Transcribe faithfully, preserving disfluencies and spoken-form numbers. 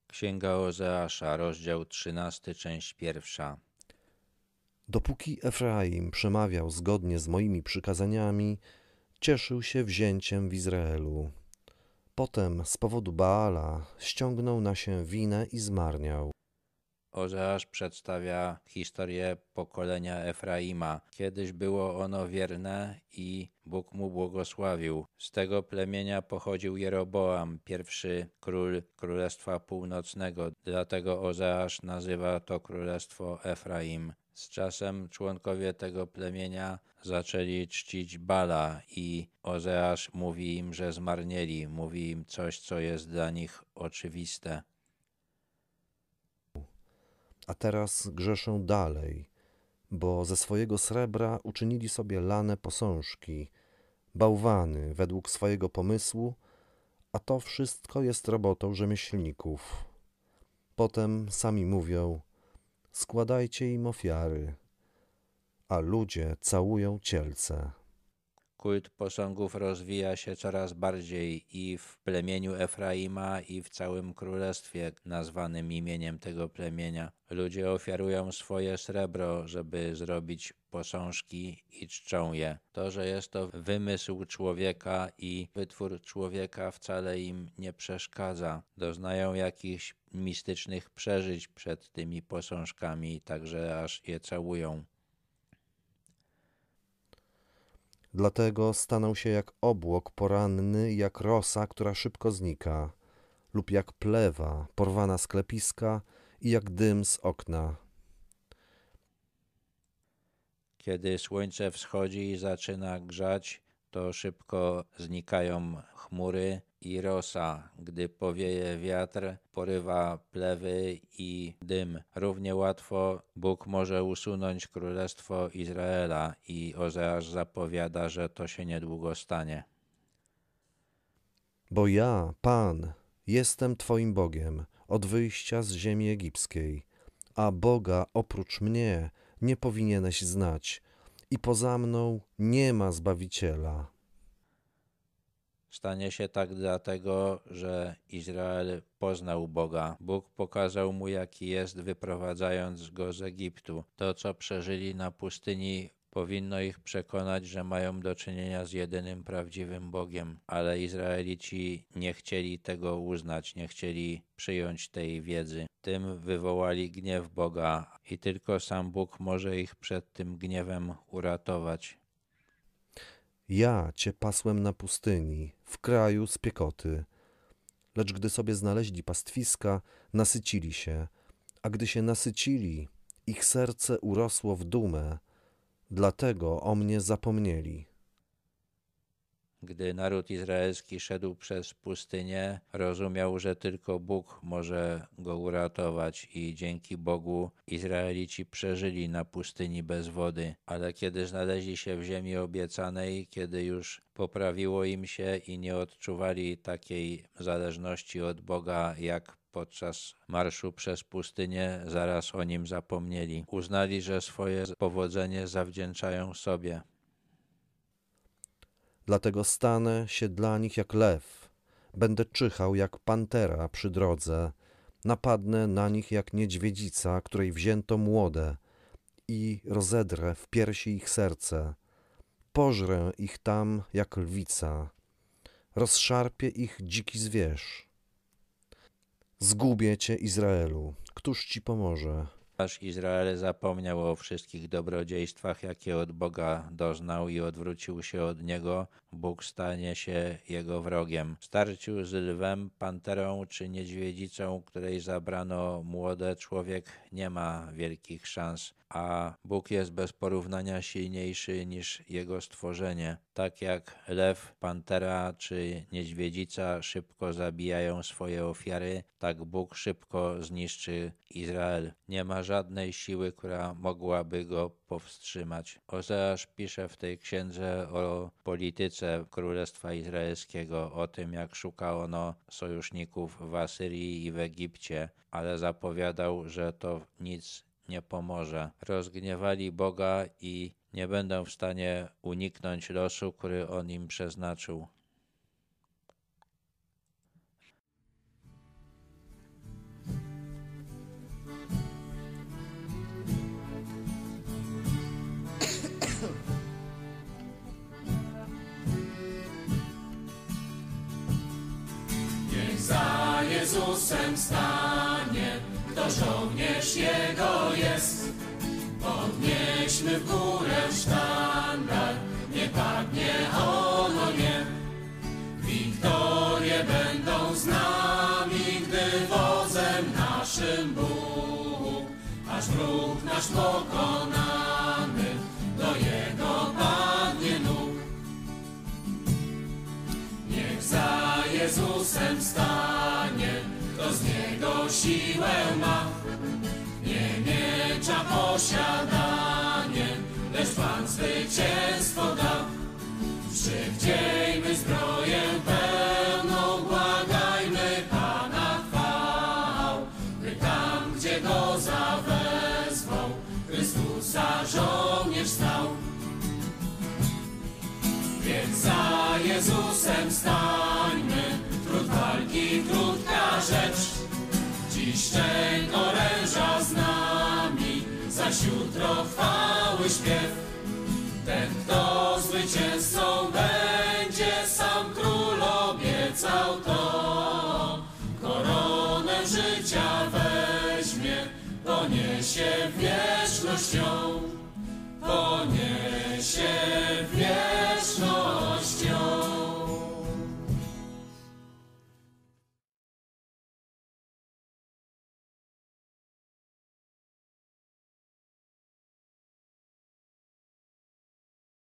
Księga Ozeasza, rozdział trzynasty, część pierwsza. Dopóki Efraim przemawiał zgodnie z moimi przykazaniami, cieszył się wzięciem w Izraelu. Potem z powodu Baala ściągnął na się winę i zmarniał. Ozeasz przedstawia historię pokolenia Efraima. Kiedyś było ono wierne i Bóg mu błogosławił. Z tego plemienia pochodził Jeroboam, pierwszy król Królestwa Północnego. Dlatego Ozeasz nazywa to królestwo Efraim. Z czasem członkowie tego plemienia zaczęli czcić Bala i Ozeasz mówi im, że zmarnieli. Mówi im coś, co jest dla nich oczywiste. A teraz grzeszą dalej, bo ze swojego srebra uczynili sobie lane posążki, bałwany według swojego pomysłu, a to wszystko jest robotą rzemieślników. Potem sami mówią: składajcie im ofiary, a ludzie całują cielce. Kult posągów rozwija się coraz bardziej i w plemieniu Efraima, i w całym królestwie nazwanym imieniem tego plemienia. Ludzie ofiarują swoje srebro, żeby zrobić posążki i czczą je. To, że jest to wymysł człowieka i wytwór człowieka, wcale im nie przeszkadza. Doznają jakichś mistycznych przeżyć przed tymi posążkami, także aż je całują. Dlatego staną się jak obłok poranny, jak rosa, która szybko znika, lub jak plewa porwana z klepiska i jak dym z okna. Kiedy słońce wschodzi i zaczyna grzać, to szybko znikają chmury i rosa. Gdy powieje wiatr, porywa plewy i dym. Równie łatwo Bóg może usunąć królestwo Izraela i Ozeasz zapowiada, że to się niedługo stanie. Bo ja, Pan, jestem Twoim Bogiem od wyjścia z ziemi egipskiej, a Boga oprócz mnie nie powinieneś znać i poza mną nie ma Zbawiciela. Stanie się tak dlatego, że Izrael poznał Boga. Bóg pokazał mu, jaki jest, wyprowadzając go z Egiptu. To, co przeżyli na pustyni, powinno ich przekonać, że mają do czynienia z jedynym prawdziwym Bogiem. Ale Izraelici nie chcieli tego uznać, nie chcieli przyjąć tej wiedzy. Tym wywołali gniew Boga i tylko sam Bóg może ich przed tym gniewem uratować. Ja Cię pasłem na pustyni, w kraju spiekoty. Lecz gdy sobie znaleźli pastwiska, nasycili się, a gdy się nasycili, ich serce urosło w dumę, dlatego o mnie zapomnieli. Gdy naród izraelski szedł przez pustynię, rozumiał, że tylko Bóg może go uratować i dzięki Bogu Izraelici przeżyli na pustyni bez wody. Ale kiedy znaleźli się w ziemi obiecanej, kiedy już poprawiło im się i nie odczuwali takiej zależności od Boga jak podczas marszu przez pustynię, zaraz o nim zapomnieli. Uznali, że swoje powodzenie zawdzięczają sobie. Dlatego stanę się dla nich jak lew, będę czyhał jak pantera przy drodze, napadnę na nich jak niedźwiedzica, której wzięto młode i rozedrę w piersi ich serce, pożrę ich tam jak lwica, rozszarpię ich dziki zwierz. Zgubię cię, Izraelu, któż ci pomoże? Aż Izrael zapomniał o wszystkich dobrodziejstwach, jakie od Boga doznał i odwrócił się od Niego, Bóg stanie się jego wrogiem. W starciu z lwem, panterą czy niedźwiedzicą, której zabrano młode, człowiek nie ma wielkich szans, a Bóg jest bez porównania silniejszy niż jego stworzenie. Tak jak lew, pantera czy niedźwiedzica szybko zabijają swoje ofiary, tak Bóg szybko zniszczy Izrael. Nie ma żadnej siły, która mogłaby go powstrzymać. Ozeasz pisze w tej księdze o polityce Królestwa Izraelskiego, o tym, jak szuka ono sojuszników w Asyrii i w Egipcie, ale zapowiadał, że to nic nie pomoże. Rozgniewali Boga i nie będą w stanie uniknąć losu, który On im przeznaczył. Jezusem stanie, to żołnierz Jego jest. Podnieśmy w górę sztandar, nie padnie on, o nie. Wiktorie będą z nami, gdy wodzem naszym Bóg, aż wróg nasz pokonany do Jego padnie nóg. Niech za Jezusem stanie, kto z Niego siłę ma. Nie miecza posiadanie, lecz Pan zwycięstwo da. Przywdziejmy zbroję pełną, błagajmy Pana chwał, by tam, gdzie Go zawezwał, Chrystusa żołnierz stał. Więc za Jezusem stańmy, trud walki krótka rzecz. Dziś szczęk oręża z nami, zaś jutro chwały śpiew.